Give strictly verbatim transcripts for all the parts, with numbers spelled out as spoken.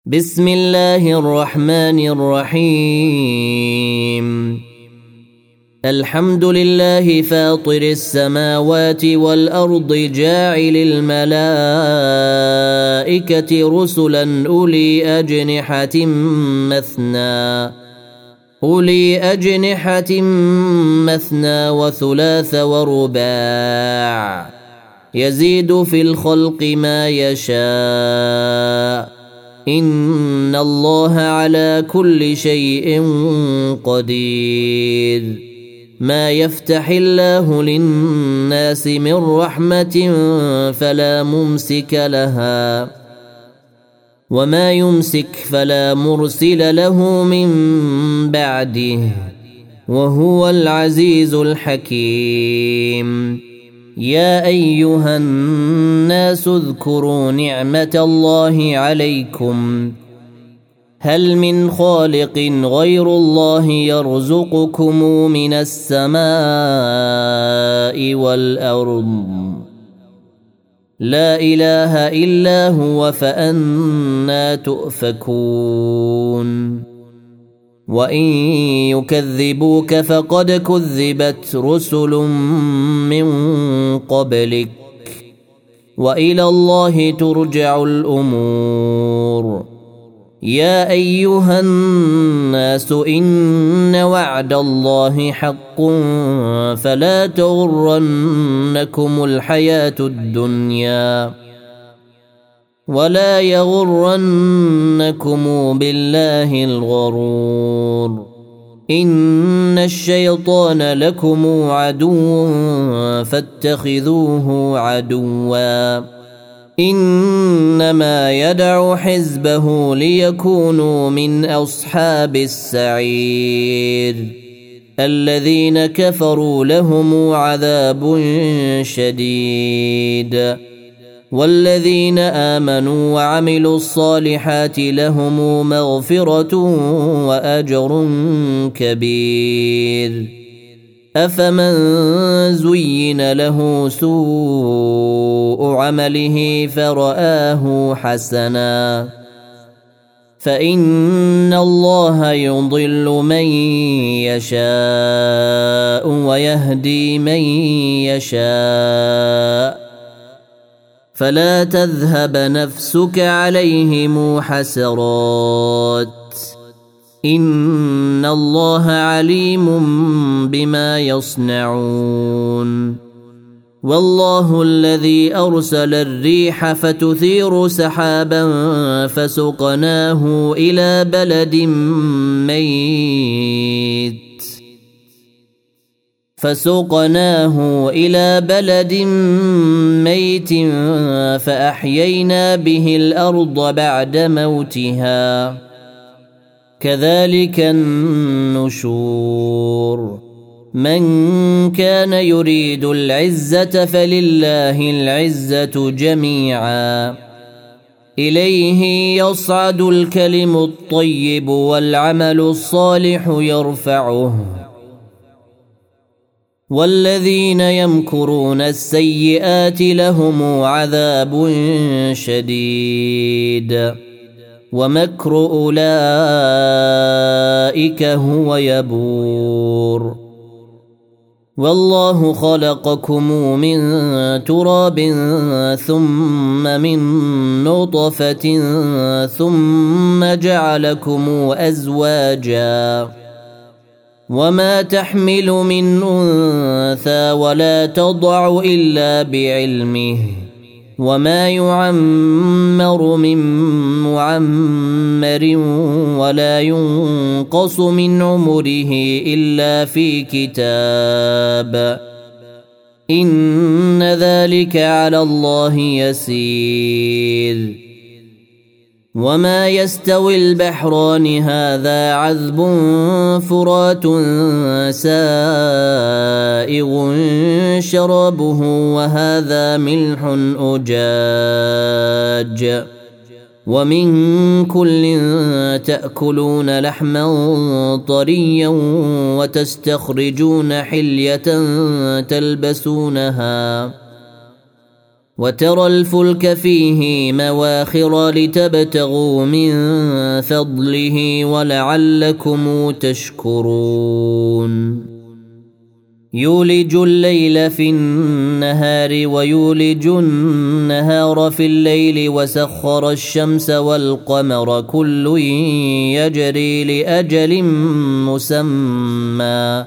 بسم الله الرحمن الرحيم. الحمد لله فاطر السماوات والأرض جاعل الملائكة رسلا أولي أجنحة مثنى أولي أجنحة مثنى وثلاث ورباع يزيد في الخلق ما يشاء إن الله على كل شيء قدير. ما يفتح الله للناس من رحمة فلا ممسك لها وما يمسك فلا مرسل له من بعده وهو العزيز الحكيم. يا أيها الناس اذكروا نعمة الله عليكم هل من خالق غير الله يرزقكم من السماء والأرض لا إله إلا هو فأنى تؤفكون. وإن يكذبوك فقد كذبت رسل من قبلك وإلى الله ترجع الأمور. يا أيها الناس إن وعد الله حق فلا تغرنكم الحياة الدنيا ولا يغرنكم بالله الغرور. إن الشيطان لكم عدو فاتخذوه عدوا إنما يدعو حزبه ليكونوا من أصحاب السعير. الذين كفروا لهم عذاب شديد والذين آمنوا وعملوا الصالحات لهم مغفرة وأجر كبير. أفمن زين له سوء عمله فرآه حسنا فإن الله يضل من يشاء ويهدي من يشاء فلا تذهب نفسك عليهم حسرات إن الله عليم بما يصنعون. والله الذي أرسل الريح فتثير سحابا فسقناه إلى بلد ميت فسقناه إلى بلد ميت فأحيينا به الأرض بعد موتها كذلك النشور. من كان يريد العزة فلله العزة جميعا إليه يصعد الكلم الطيب والعمل الصالح يرفعه والذين يمكرون السيئات لهم عذاب شديد ومكر أولئك هو يبور. والله خلقكم من تراب ثم من نطفة ثم جعلكم أزواجا وما تحمل من أنثى ولا تضع إلا بعلمه وما يعمر من معمر ولا ينقص من عمره إلا في كتاب إن ذلك على الله يسير. وما يستوي البحران هذا عذب فرات سائغ شرابه وهذا ملح أجاج ومن كل تأكلون لحما طريا وتستخرجون حلية تلبسونها وترى الفلك فيه مواخر لتبتغوا من فضله ولعلكم تشكرون يولج الليل في النهار ويولج النهار في الليل وسخر الشمس والقمر كل يجري لأجل مسمى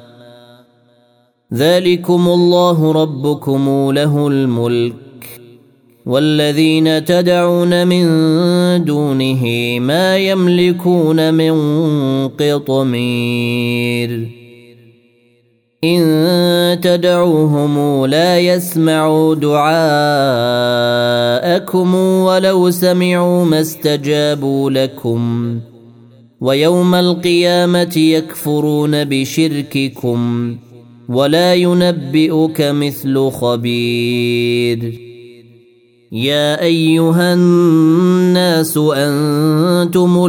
ذلكم الله ربكم له الملك والذين تدعون من دونه ما يملكون من قطمير إن تدعوهم لا يسمعوا دعاءكم ولو سمعوا ما استجابوا لكم ويوم القيامة يكفرون بشرككم ولا ينبئك مثل خبير يا أيها الناس أنتم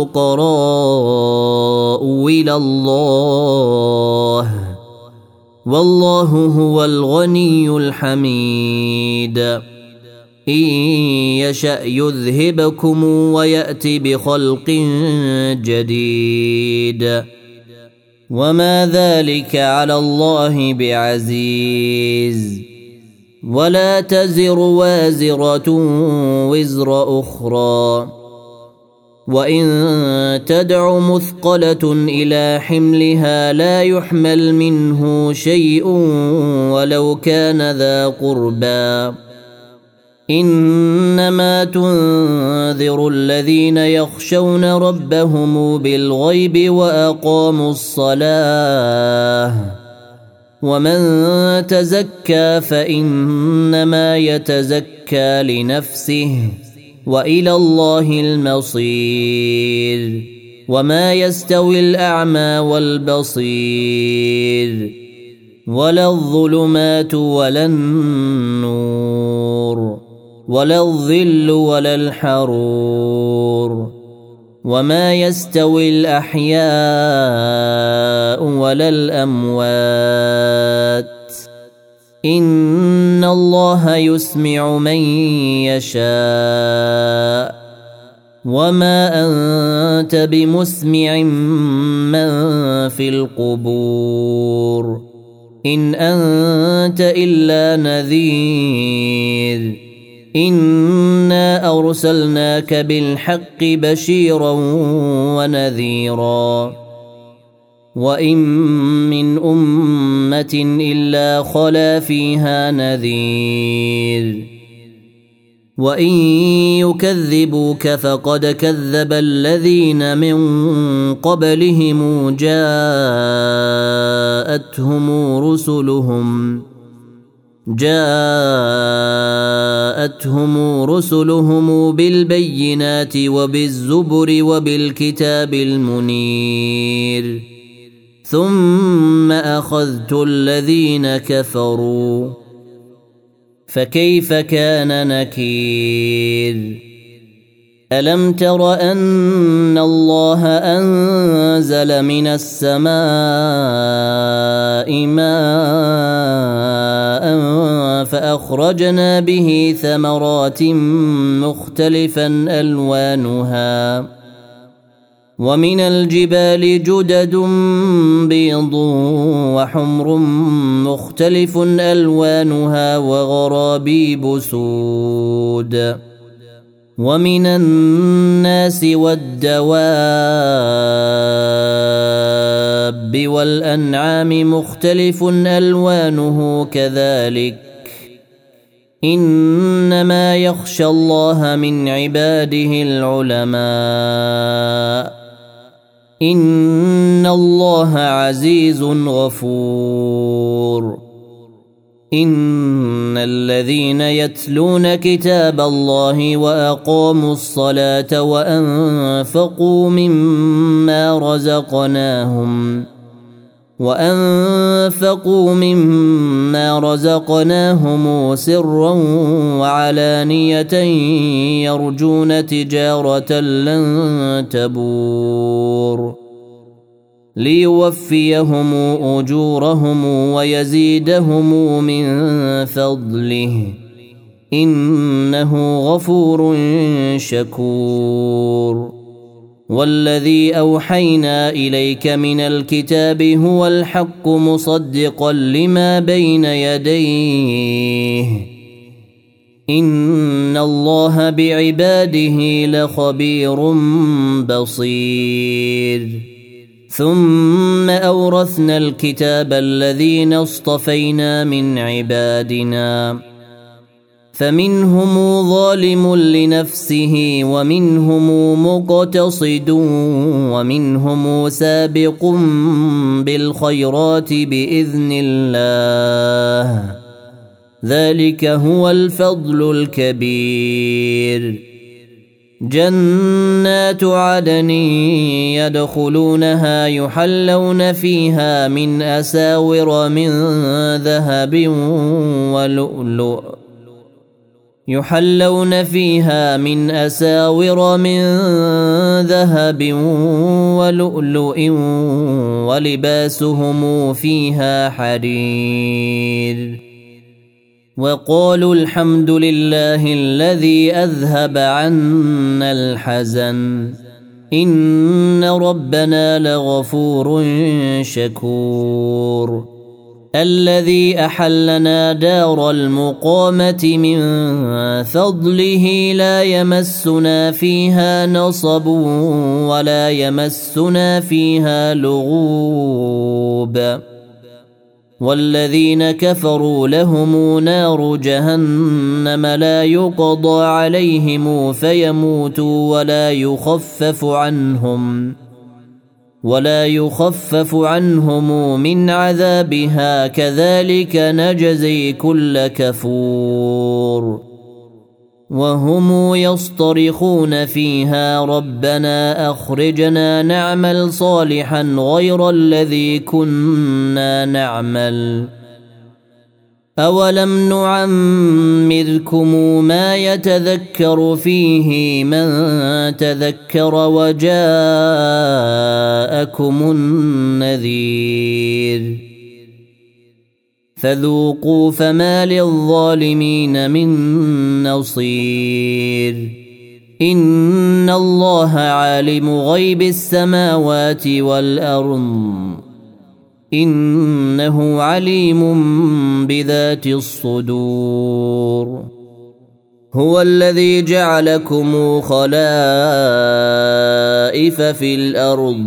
الفقراء إلى الله والله هو الغني الحميد إن يشأ يذهبكم ويأتي بخلق جديد وما ذلك على الله بعزيز ولا تزر وازرة وزر أخرى وإن تدع مثقلة إلى حملها لا يحمل منه شيء ولو كان ذا قربى إنما تنذر الذين يخشون ربهم بالغيب وأقاموا الصلاة ومن تزكى فإنما يتزكى لنفسه وإلى الله المصير وما يستوي الأعمى والبصير ولا الظلمات ولا النور ولا الظل ولا الحرور وما يستوي الأحياء ولا الأموات إن الله يسمع من يشاء وما أنت بمسمع من في القبور إن أنت إلا نذير إنا أرسلناك بالحق بشيرا ونذيرا وإن من أمة إلا خلا فيها نذير وإن يكذبوك فقد كذب الذين من قبلهم جاءتهم رسلهم جاءتهم رسلهم بالبينات وبالزبر وبالكتاب المنير ثم أخذت الذين كفروا فكيف كان نكير ألم تر أن الله أنزل من السماء ماء فأخرجنا به ثمرات مختلفا ألوانها ومن الجبال جدد بيض وحمر مختلف ألوانها وغرابيب سود ومن الناس والدواب والأنعام مختلف ألوانه كذلك إنما يخشى الله من عباده العلماء إن الله عزيز غفور إن الذين يتلون كتاب الله وأقاموا الصلاة وأنفقوا مما رزقناهم وأنفقوا مما رزقناهم سرا وعلانية يرجون تجارة لن تبور ليوفيهم أجورهم ويزيدهم من فضله إنه غفور شكور والذي أوحينا إليك من الكتاب هو الحق مصدقا لما بين يديه إن الله بعباده لخبير بصير ثم أورثنا الكتاب الذين اصطفينا من عبادنا فمنهم ظالم لنفسه ومنهم مقتصد ومنهم سابق بالخيرات بإذن الله ذلك هو الفضل الكبير جنات عدن يدخلونها يحلون فيها من أساور من ذهب ولؤلؤ يحلون فيها من أساور من ذهب ولؤلؤ ولباسهم فيها حرير وقالوا الحمد لله الذي أذهب عنا الحزن إن ربنا لغفور شكور الذي أحلنا دار المقامة من فضله لا يمسنا فيها نصب ولا يمسنا فيها لغوب والذين كفروا لهم نار جهنم لا يقضى عليهم فيموتوا ولا يخفف عنهم ولا يخفف عنهم من عذابها كذلك نجزي كل كفور وهم يصطرخون فيها ربنا أخرجنا نعمل صالحا غير الذي كنا نعمل أولم نعمركم ما يتذكر فيه من تذكر وجاءكم النذير فذوقوا فما للظالمين من نصير إن الله عالم غيب السماوات والأرض إنه عليم بذات الصدور هو الذي جعلكم خلائف في الأرض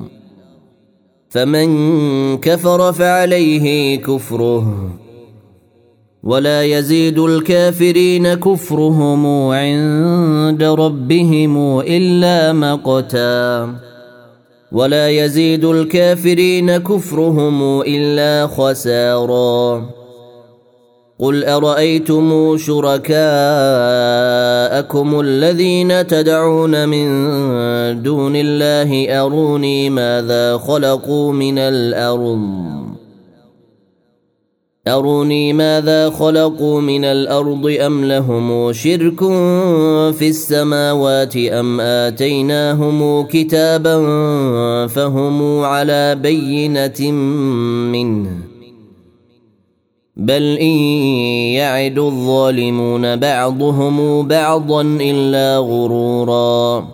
فمن كفر فعليه كفره ولا يزيد الكافرين كفرهم عند ربهم إلا مقتا ولا يزيد الكافرين كفرهم إلا خسارا قل أرأيتم شركاءكم الذين تدعون من دون الله أروني ماذا خلقوا من الأرض أروني ماذا خلقوا من الأرض أم لهم شرك في السماوات أم آتيناهم كتابا فهم على بينة منه بل إن يعد الظالمون بعضهم بعضا إلا غرورا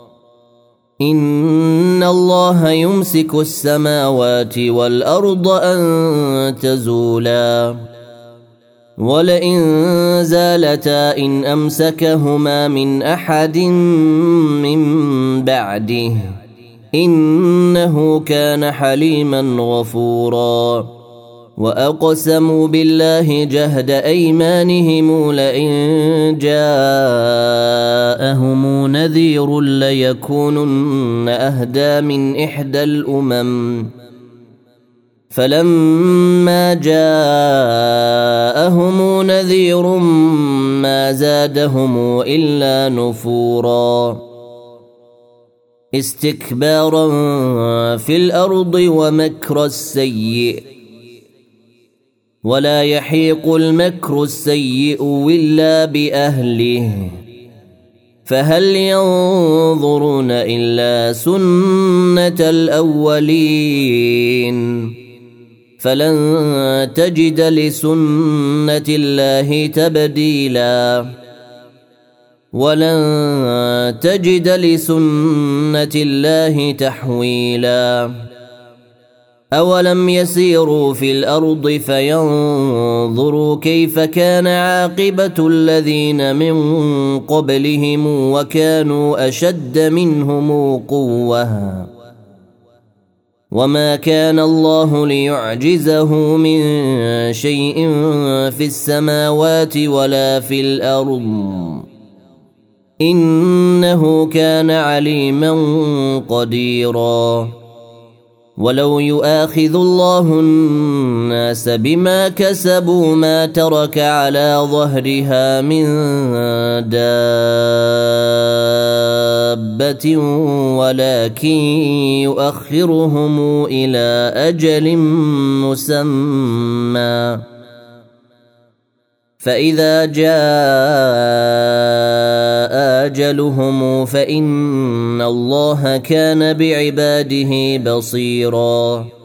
إن الله يمسك السماوات والأرض أن تزولا ولئن زالتا إن أمسكهما من أحد من بعده إنه كان حليما غفورا وأقسموا بالله جهد أيمانهم لئن جاءهم نذير ليكونن أهدى من إحدى الأمم فلما جاءهم نذير ما زادهم إلا نفورا استكبارا في الأرض ومكر السيء ولا يحيق المكر السيء إلا بأهله فهل ينظرون إلا سنة الأولين فلن تجد لسنة الله تبديلا ولن تجد لسنة الله تحويلا أولم يسيروا في الأرض فينظروا كيف كان عاقبة الذين من قبلهم وكانوا أشد منهم قوة وما كان الله ليعجزه من شيء في السماوات ولا في الأرض إنه كان عليما قديرا ولو يؤاخذ الله الناس بما كسبوا ما ترك على ظهرها من دابة ولكن يؤخرهم إلى أجل مسمى فإذا جاء أجلهم فإن الله كان بعباده بصيراً